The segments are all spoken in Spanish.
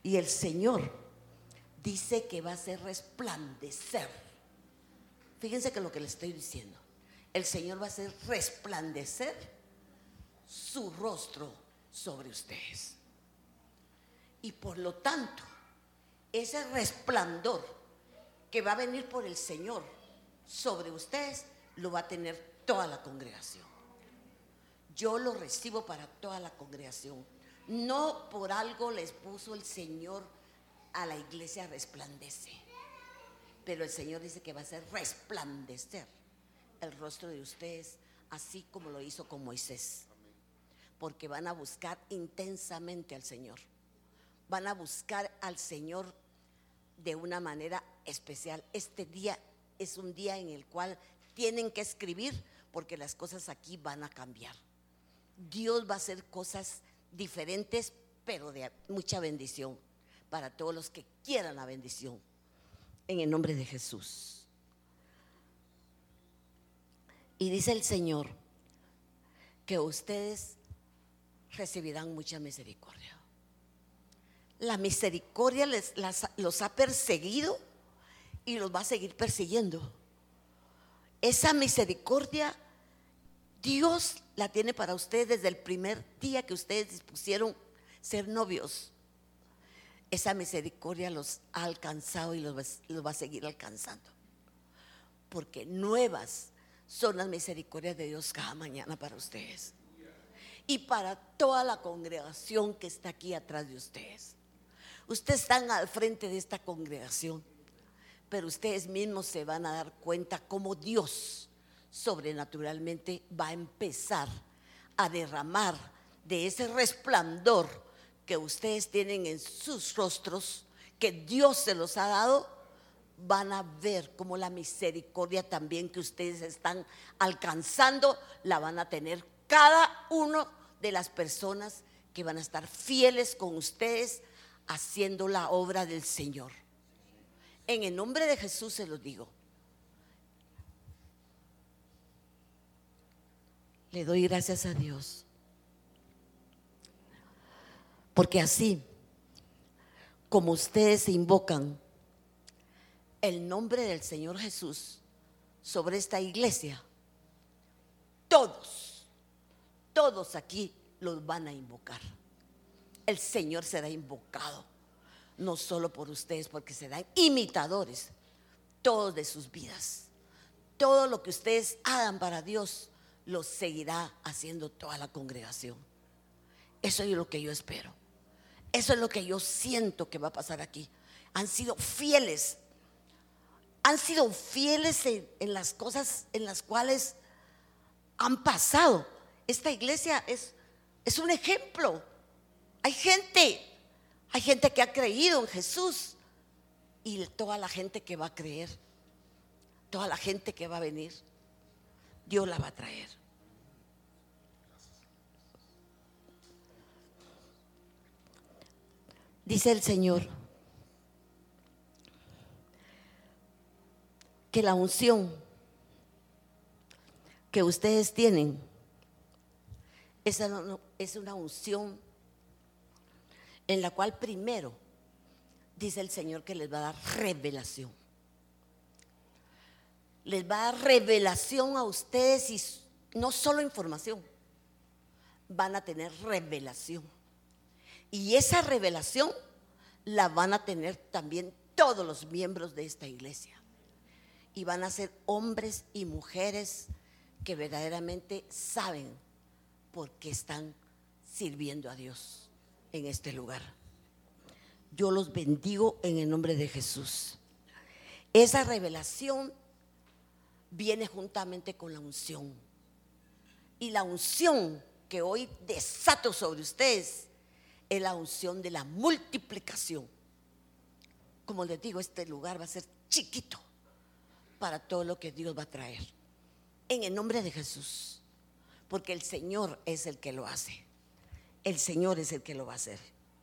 Y el Señor dice que va a hacer resplandecer. Fíjense que lo que le estoy diciendo, el Señor va a hacer resplandecer su rostro sobre ustedes. Y por lo tanto, ese resplandor que va a venir por el Señor sobre ustedes, lo va a tener toda la congregación. Yo lo recibo para toda la congregación. No por algo les puso el Señor a la iglesia resplandece, pero el Señor dice que va a hacer resplandecer el rostro de ustedes, así como lo hizo con Moisés, porque van a buscar intensamente al Señor, van a buscar al Señor de una manera especial. Este día es un día en el cual tienen que escribir, porque las cosas aquí van a cambiar. Dios va a hacer cosas diferentes, pero de mucha bendición para todos los que quieran la bendición, en el nombre de Jesús. Y dice el Señor que ustedes recibirán mucha misericordia. La misericordia los ha perseguido y los va a seguir persiguiendo. Esa misericordia Dios la tiene para ustedes desde el primer día que ustedes dispusieron ser novios. Esa misericordia los ha alcanzado y los va a seguir alcanzando, porque nuevas son las misericordias de Dios cada mañana para ustedes y para toda la congregación que está aquí atrás de ustedes. Ustedes están al frente de esta congregación, pero ustedes mismos se van a dar cuenta cómo Dios sobrenaturalmente va a empezar a derramar de ese resplandor que ustedes tienen en sus rostros, que Dios se los ha dado. Van a ver cómo la misericordia también que ustedes están alcanzando la van a tener cada uno de las personas que van a estar fieles con ustedes haciendo la obra del Señor. En el nombre de Jesús se los digo. Le doy gracias a Dios, porque así como ustedes invocan el nombre del Señor Jesús sobre esta iglesia, todos aquí los van a invocar. El Señor será invocado, no solo por ustedes, porque serán imitadores todos de sus vidas. Todo lo que ustedes hagan para Dios lo seguirá haciendo toda la congregación. Eso es lo que yo espero. Eso es lo que yo siento que va a pasar aquí. Han sido fieles en las cosas en las cuales han pasado. Esta iglesia es un ejemplo. Hay gente que ha creído en Jesús, y toda la gente que va a creer, toda la gente que va a venir, Dios la va a traer. Dice el Señor que la unción que ustedes tienen es una unción en la cual primero dice el Señor que les va a dar revelación. Les va a dar revelación a ustedes, y no solo información, van a tener revelación. Y esa revelación la van a tener también todos los miembros de esta iglesia. Y van a ser hombres y mujeres que verdaderamente saben por qué están sirviendo a Dios en este lugar. Yo los bendigo en el nombre de Jesús. Esa revelación viene juntamente con la unción. Y la unción que hoy desato sobre ustedes es la unción de la multiplicación. Como les digo, este lugar va a ser chiquito para todo lo que Dios va a traer, en el nombre de Jesús, porque el Señor es el que lo hace. El Señor es el que lo va a hacer.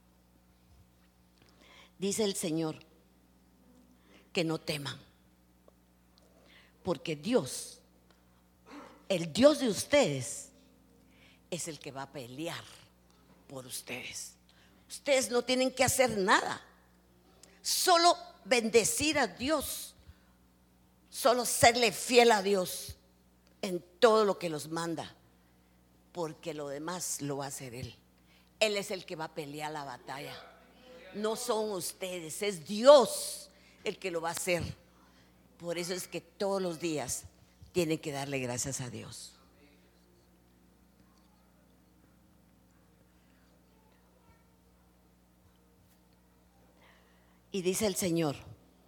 Dice el Señor que no teman, porque Dios, el Dios de ustedes, es el que va a pelear por ustedes. Ustedes no tienen que hacer nada, solo bendecir a Dios, solo serle fiel a Dios en todo lo que los manda, porque lo demás lo va a hacer Él. Él es el que va a pelear la batalla, no son ustedes, es Dios el que lo va a hacer. Por eso es que todos los días tienen que darle gracias a Dios. Y dice el Señor,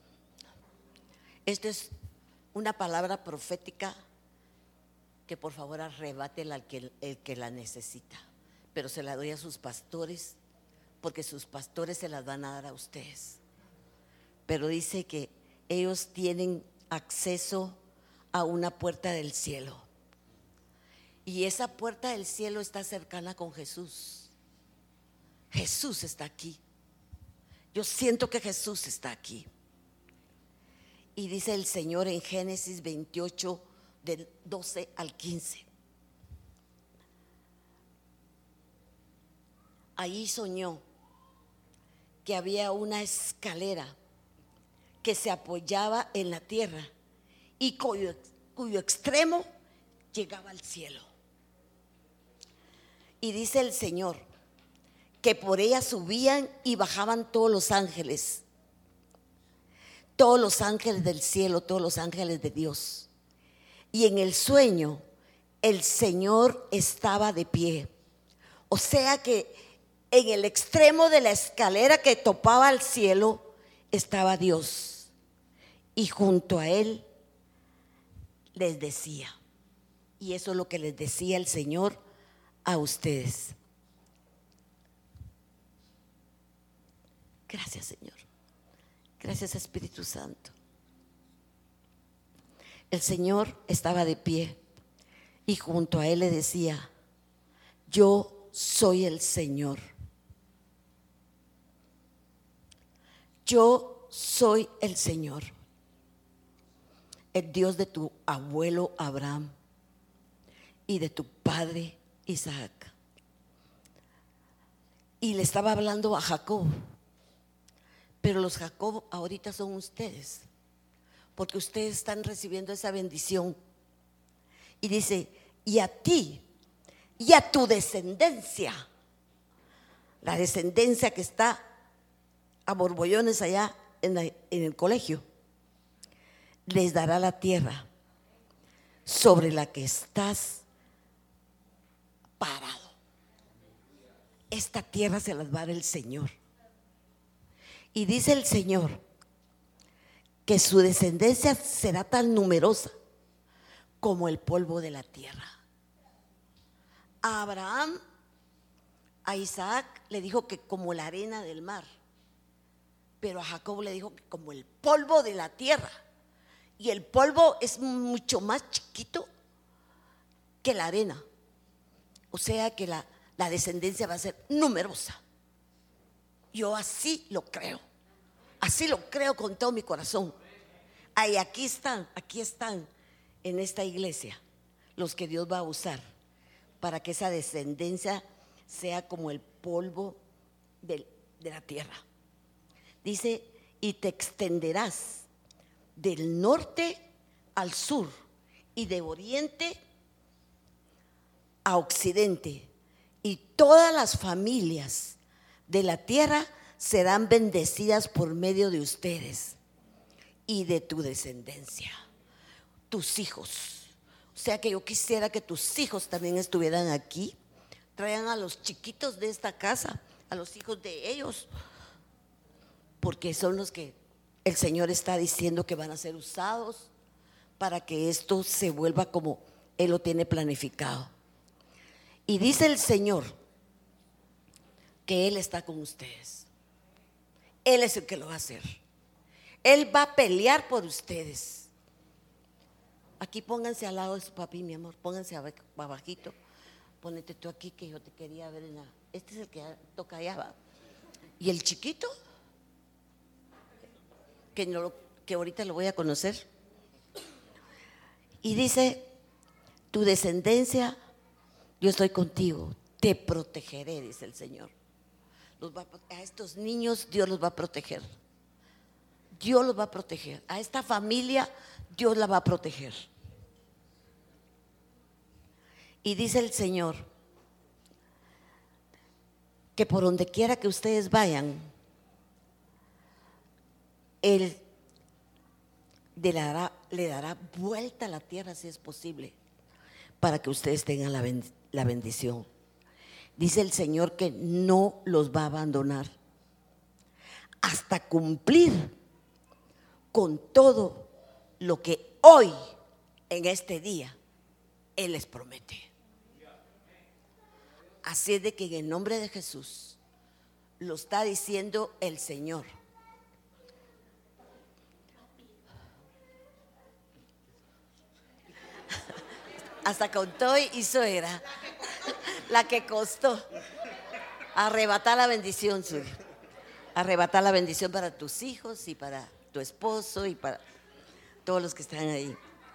esto es una palabra profética que por favor arrebátela al que, el que la necesita, pero se la doy a sus pastores, porque sus pastores se las van a dar a ustedes. Pero dice que ellos tienen acceso a una puerta del cielo, y esa puerta del cielo está cercana con Jesús. Jesús está aquí. Yo siento que Jesús está aquí. Y dice el Señor en Génesis 28, del 12 al 15. Ahí soñó que había una escalera que se apoyaba en la tierra y cuyo extremo llegaba al cielo. Y dice el Señor que por ella subían y bajaban todos los ángeles del cielo, todos los ángeles de Dios. Y en el sueño el Señor estaba de pie. O sea que en el extremo de la escalera que topaba al cielo estaba Dios, y junto a Él les decía, y eso es lo que les decía el Señor a ustedes. Gracias, Señor. Gracias, Espíritu Santo. El Señor estaba de pie y junto a Él le decía, yo soy el Señor. Yo soy el Señor, el Dios de tu abuelo Abraham y de tu padre Isaac. Y le estaba hablando a Jacob. Pero los Jacob ahorita son ustedes, porque ustedes están recibiendo esa bendición. Y dice, y a ti y a tu descendencia, la descendencia que está a borbollones allá en el colegio, les dará la tierra sobre la que estás parado. Esta tierra se las va a dar el Señor. Y dice el Señor que su descendencia será tan numerosa como el polvo de la tierra. A Abraham, a Isaac le dijo que como la arena del mar, pero a Jacob le dijo que como el polvo de la tierra. Y el polvo es mucho más chiquito que la arena. O sea que la descendencia va a ser numerosa. Yo así lo creo. Así lo creo con todo mi corazón. Ay, aquí están en esta iglesia los que Dios va a usar para que esa descendencia sea como el polvo de la tierra. Dice, y te extenderás del norte al sur y de oriente a occidente, y todas las familias de la tierra serán bendecidas por medio de ustedes y de tu descendencia, tus hijos. O sea que yo quisiera que tus hijos también estuvieran aquí. Traigan a los chiquitos de esta casa, a los hijos de ellos, porque son los que el Señor está diciendo que van a ser usados para que esto se vuelva como Él lo tiene planificado. Y dice el Señor que Él está con ustedes. Él es el que lo va a hacer. Él va a pelear por ustedes. Aquí pónganse al lado de su papi, mi amor. Pónganse abajito. Pónete tú aquí que yo te quería ver en la. Este es el que toca allá, ¿va? Y el chiquito, que ahorita lo voy a conocer. Y dice, tu descendencia, yo estoy contigo, te protegeré, dice el Señor. A estos niños Dios los va a proteger. Dios los va a proteger. A esta familia Dios la va a proteger. Y dice el Señor que por donde quiera que ustedes vayan, Él le dará vuelta a la tierra si es posible, para que ustedes tengan la bendición. Dice el Señor que no los va a abandonar hasta cumplir con todo lo que hoy, en este día, Él les promete. Así es de que en el nombre de Jesús lo está diciendo el Señor. Hasta con todo y suegra, la que costó arrebatar la bendición suya, arrebatar la bendición para tus hijos y para tu esposo y para todos los que están ahí.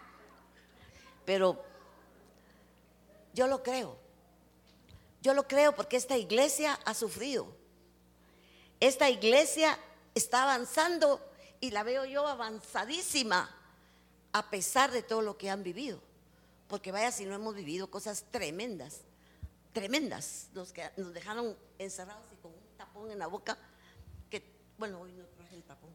Pero yo lo creo porque esta iglesia ha sufrido. Esta iglesia está avanzando y la veo yo avanzadísima a pesar de todo lo que han vivido. Porque vaya si no hemos vivido cosas tremendas, tremendas. Nos dejaron encerrados y con un tapón en la boca, que bueno, hoy no traje el tapón.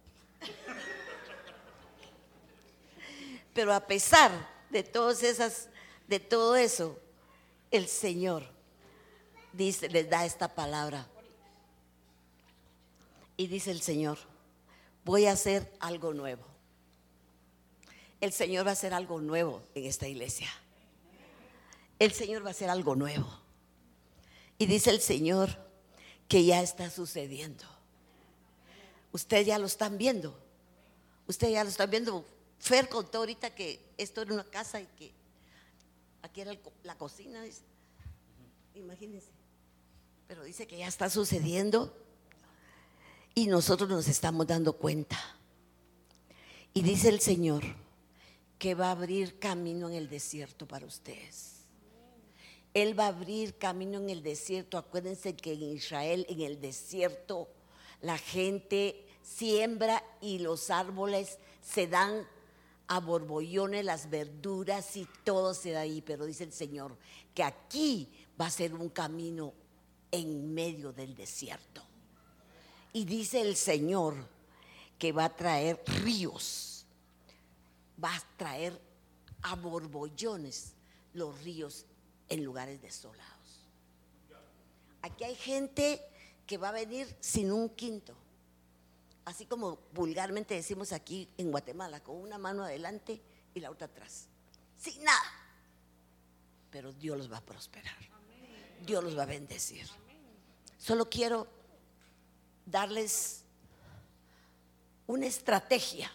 Pero a pesar de de todo eso, el Señor dice, les da esta palabra. Y dice el Señor, voy a hacer algo nuevo. El Señor va a hacer algo nuevo en esta iglesia. El Señor va a hacer algo nuevo. Y dice el Señor que ya está sucediendo. Ustedes ya lo están viendo. Ustedes ya lo están viendo. Fer contó ahorita que esto era una casa y que aquí era la cocina. Imagínense. Pero dice que ya está sucediendo y nosotros nos estamos dando cuenta. Y dice el Señor que va a abrir camino en el desierto para ustedes. Él va a abrir camino en el desierto. Acuérdense que en Israel, en el desierto, la gente siembra y los árboles se dan a borbollones, las verduras y todo se da ahí. Pero dice el Señor que aquí va a ser un camino en medio del desierto. Y dice el Señor que va a traer ríos, va a traer a borbollones los ríos en lugares desolados. Aquí hay gente que va a venir sin un quinto, así como vulgarmente decimos aquí en Guatemala, con una mano adelante y la otra atrás, sin nada. Pero Dios los va a prosperar. Dios los va a bendecir. Solo quiero darles una estrategia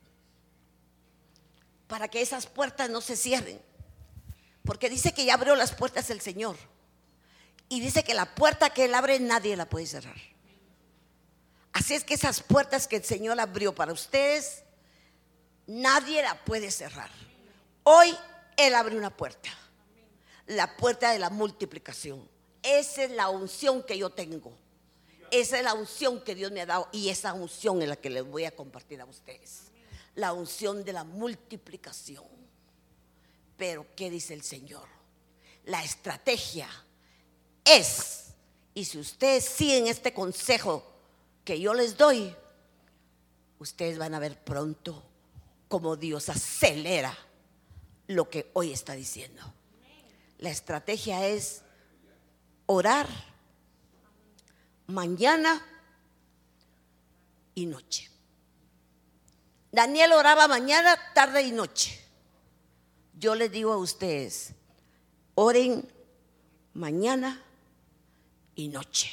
para que esas puertas no se cierren. Porque dice que ya abrió las puertas el Señor. Y dice que la puerta que Él abre nadie la puede cerrar. Así es que esas puertas que el Señor abrió para ustedes, nadie la puede cerrar. Hoy Él abre una puerta. La puerta de la multiplicación. Esa es la unción que yo tengo. Esa es la unción que Dios me ha dado. Y esa unción es la que les voy a compartir a ustedes. La unción de la multiplicación. Pero ¿qué dice el Señor? La estrategia es, y si ustedes siguen este consejo que yo les doy, ustedes van a ver pronto cómo Dios acelera lo que hoy está diciendo. La estrategia es orar mañana y noche. Daniel oraba mañana, tarde y noche. Yo les digo a ustedes, oren mañana y noche.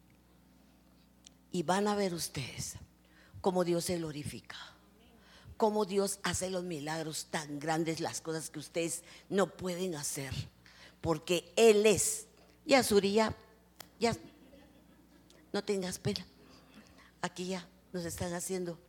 Y van a ver ustedes cómo Dios se glorifica, cómo Dios hace los milagros tan grandes, las cosas que ustedes no pueden hacer, porque Él es. Ya, Suri, ya no tengas pena. Aquí ya nos están haciendo.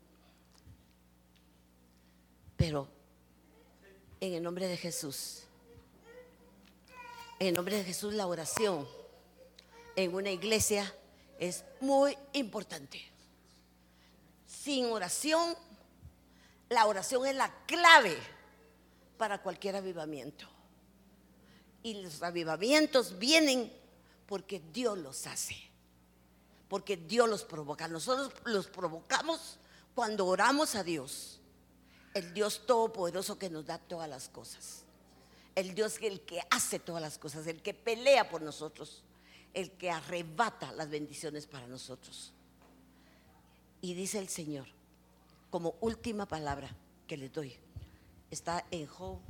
Pero en el nombre de Jesús, en el nombre de Jesús, la oración en una iglesia Es muy importante. Sin oración, la oración es la clave para cualquier avivamiento. Y los avivamientos vienen porque Dios los hace, porque Dios los provoca. Nosotros los provocamos cuando oramos a Dios, el Dios todopoderoso que nos da todas las cosas, el Dios el que hace todas las cosas, el que pelea por nosotros, el que arrebata las bendiciones para nosotros. Y dice el Señor, como última palabra que les doy, está en Job.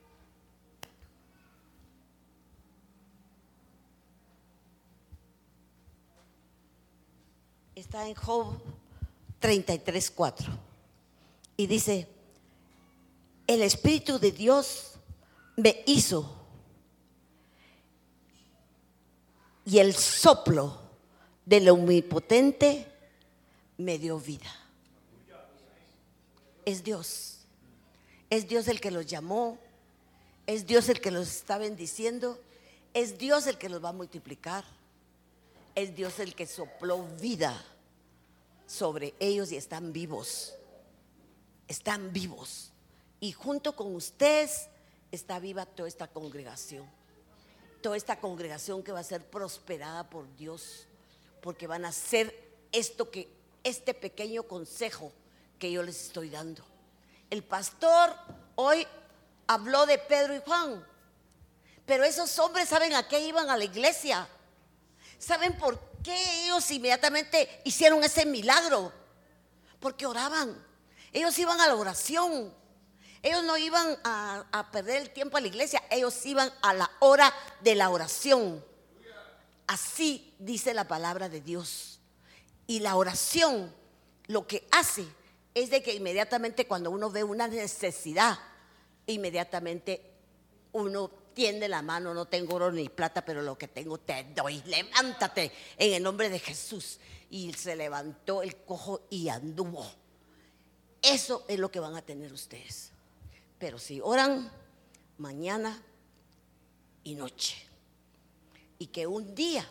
Está en Job 33:4 y dice: el Espíritu de Dios me hizo y el soplo del Omnipotente me dio vida. Es Dios el que los llamó, es Dios el que los está bendiciendo, es Dios el que los va a multiplicar, es Dios el que sopló vida sobre ellos y están vivos, y junto con ustedes está viva toda esta congregación que va a ser prosperada por Dios, porque van a hacer este pequeño consejo que yo les estoy dando. El pastor hoy habló de Pedro y Juan, pero esos hombres, ¿saben a qué iban a la iglesia? ¿Saben por qué ellos inmediatamente hicieron ese milagro? Porque oraban. Ellos iban a la oración. Ellos no iban a perder el tiempo a la iglesia, ellos iban a la hora de la oración. Así dice la palabra de Dios. Y la oración lo que hace es de que inmediatamente cuando uno ve una necesidad, inmediatamente uno tiende la mano: no tengo oro ni plata, pero lo que tengo te doy, levántate en el nombre de Jesús. Y se levantó el cojo y anduvo. Eso es lo que van a tener ustedes. Pero si oran mañana y noche, y que un día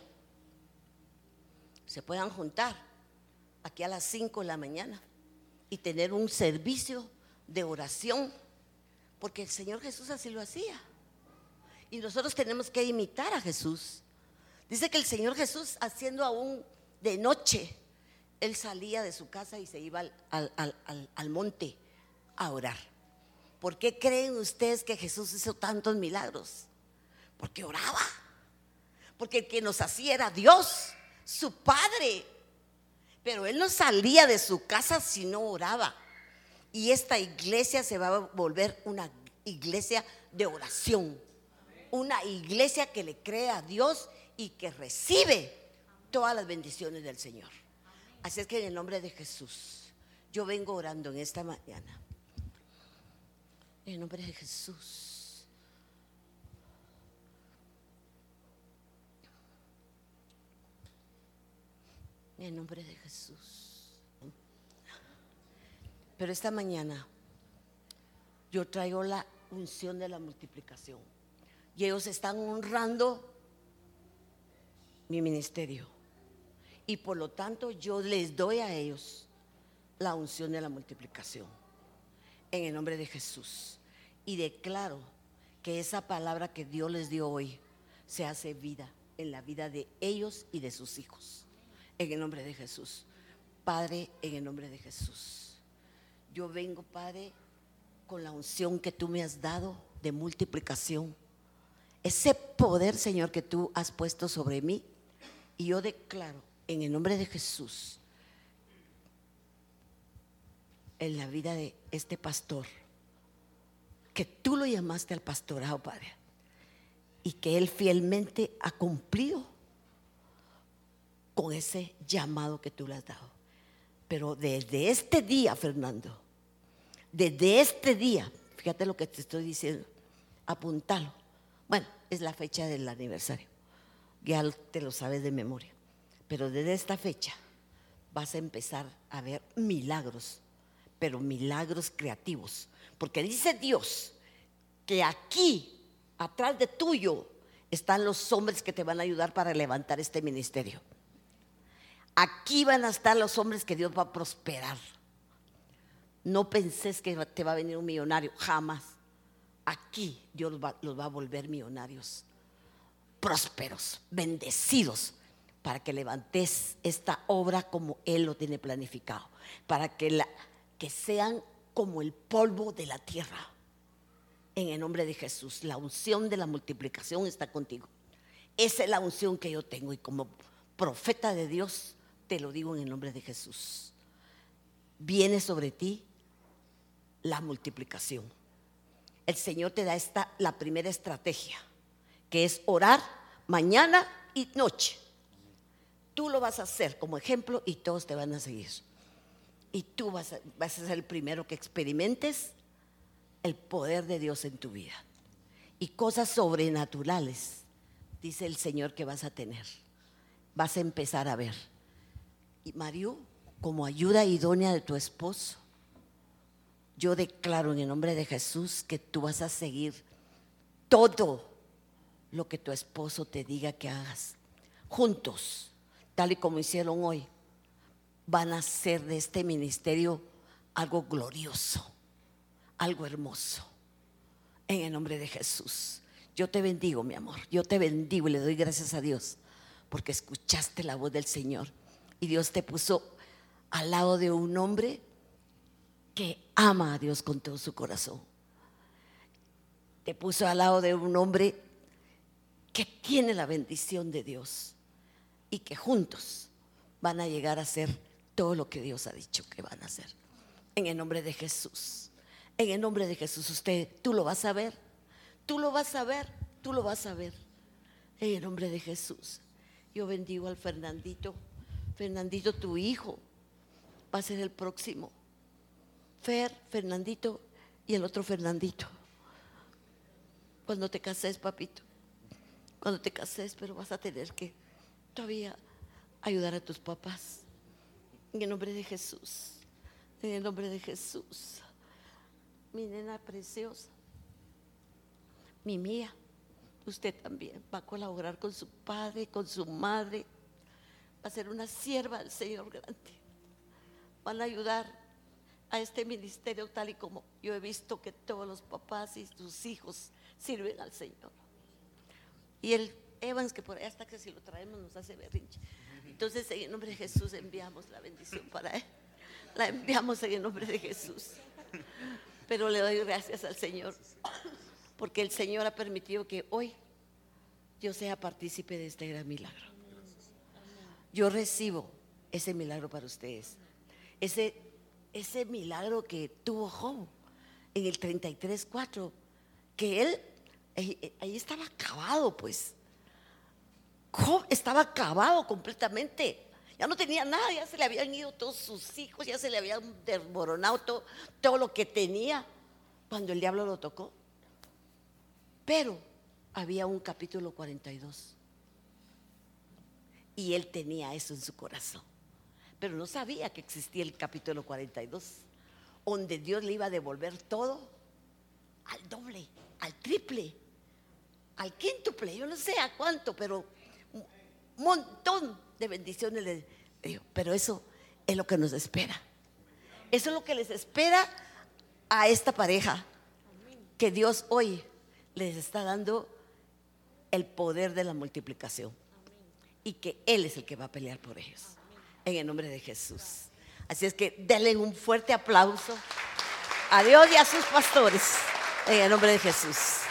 se puedan juntar aquí a las 5 de la mañana y tener un servicio de oración, porque el Señor Jesús así lo hacía. Y nosotros tenemos que imitar a Jesús. Dice que el Señor Jesús, haciendo aún de noche, Él salía de su casa y se iba al monte a orar. ¿Por qué creen ustedes que Jesús hizo tantos milagros? Porque oraba. Porque el que nos hacía era Dios, su Padre. Pero Él no salía de su casa si no oraba. Y esta iglesia se va a volver una iglesia de oración. Una iglesia que le cree a Dios y que recibe todas las bendiciones del Señor. Así es que en el nombre de Jesús, yo vengo orando en esta mañana. En el nombre de Jesús. En el nombre de Jesús. Pero esta mañana yo traigo la unción de la multiplicación. Y ellos están honrando mi ministerio. Y por lo tanto yo les doy a ellos la unción de la multiplicación. En el nombre de Jesús. Y declaro que esa palabra que Dios les dio hoy se hace vida en la vida de ellos y de sus hijos. En el nombre de Jesús. Padre, en el nombre de Jesús, yo vengo, Padre, con la unción que tú me has dado de multiplicación. Ese poder, Señor, que tú has puesto sobre mí. Y yo declaro en el nombre de Jesús, en la vida de este pastor, que tú lo llamaste al pastorado, Padre, y que él fielmente ha cumplido con ese llamado que tú le has dado. Pero desde este día, Fernando, desde este día, fíjate lo que te estoy diciendo, apúntalo. Bueno, es la fecha del aniversario, ya te lo sabes de memoria, pero desde esta fecha vas a empezar a ver milagros, pero milagros creativos, porque dice Dios que aquí, atrás de tuyo, están los hombres que te van a ayudar para levantar este ministerio. Aquí van a estar los hombres que Dios va a prosperar. No penses que te va a venir un millonario, jamás. Aquí Dios los va a volver millonarios, prósperos, bendecidos, para que levantes esta obra como Él lo tiene planificado, para que sean como el polvo de la tierra. En el nombre de Jesús, la unción de la multiplicación está contigo. Esa es la unción que yo tengo, y como profeta de Dios te lo digo en el nombre de Jesús. Viene sobre ti la multiplicación. El Señor te da la primera estrategia, que es orar mañana y noche. Tú lo vas a hacer como ejemplo y todos te van a seguir. Y tú vas a ser el primero que experimentes el poder de Dios en tu vida. Y cosas sobrenaturales, dice el Señor, que vas a tener. Vas a empezar a ver. Y Mario, como ayuda idónea de tu esposo, yo declaro en el nombre de Jesús que tú vas a seguir todo lo que tu esposo te diga que hagas. Juntos, tal y como hicieron hoy, van a hacer de este ministerio algo glorioso, algo hermoso. En el nombre de Jesús, yo te bendigo, mi amor. Yo te bendigo y le doy gracias a Dios porque escuchaste la voz del Señor y Dios te puso al lado de un hombre que ama a Dios con todo su corazón. Te puso al lado de un hombre que tiene la bendición de Dios y que juntos van a llegar a hacer todo lo que Dios ha dicho que van a hacer. En el nombre de Jesús. En el nombre de Jesús, tú lo vas a ver. Tú lo vas a ver. Tú lo vas a ver. En el nombre de Jesús. Yo bendigo al Fernandito. Fernandito, tu hijo va a ser el próximo. Fernandito y el otro Fernandito. Cuando te cases, papito. Cuando te cases, pero vas a tener que todavía ayudar a tus papás. En el nombre de Jesús. En el nombre de Jesús. Mi nena preciosa, mi Mía, usted también va a colaborar con su padre, con su madre. Va a ser una sierva del Señor grande. Van a ayudar a este ministerio tal y como yo he visto que todos los papás y sus hijos sirven al Señor. Y el Evans, que por allá está, que si lo traemos nos hace berrinche. Entonces en el nombre de Jesús enviamos la bendición para él. La enviamos en el nombre de Jesús. Pero le doy gracias al Señor porque el Señor ha permitido que hoy yo sea partícipe de este gran milagro. Yo recibo ese milagro para ustedes. Ese milagro que tuvo Job en el 33:4, que él ahí estaba acabado, pues. Job estaba acabado completamente. Ya no tenía nada, ya se le habían ido todos sus hijos, ya se le habían desmoronado todo lo que tenía cuando el diablo lo tocó. Pero había un capítulo 42 y él tenía eso en su corazón, pero no sabía que existía el capítulo 42, donde Dios le iba a devolver todo al doble, al triple, al quíntuple, yo no sé a cuánto, pero un montón de bendiciones le dio. Pero eso es lo que nos espera. Eso es lo que les espera a esta pareja, que Dios hoy les está dando el poder de la multiplicación y que Él es el que va a pelear por ellos en el nombre de Jesús. Así es que denle un fuerte aplauso a Dios y a sus pastores en el nombre de Jesús.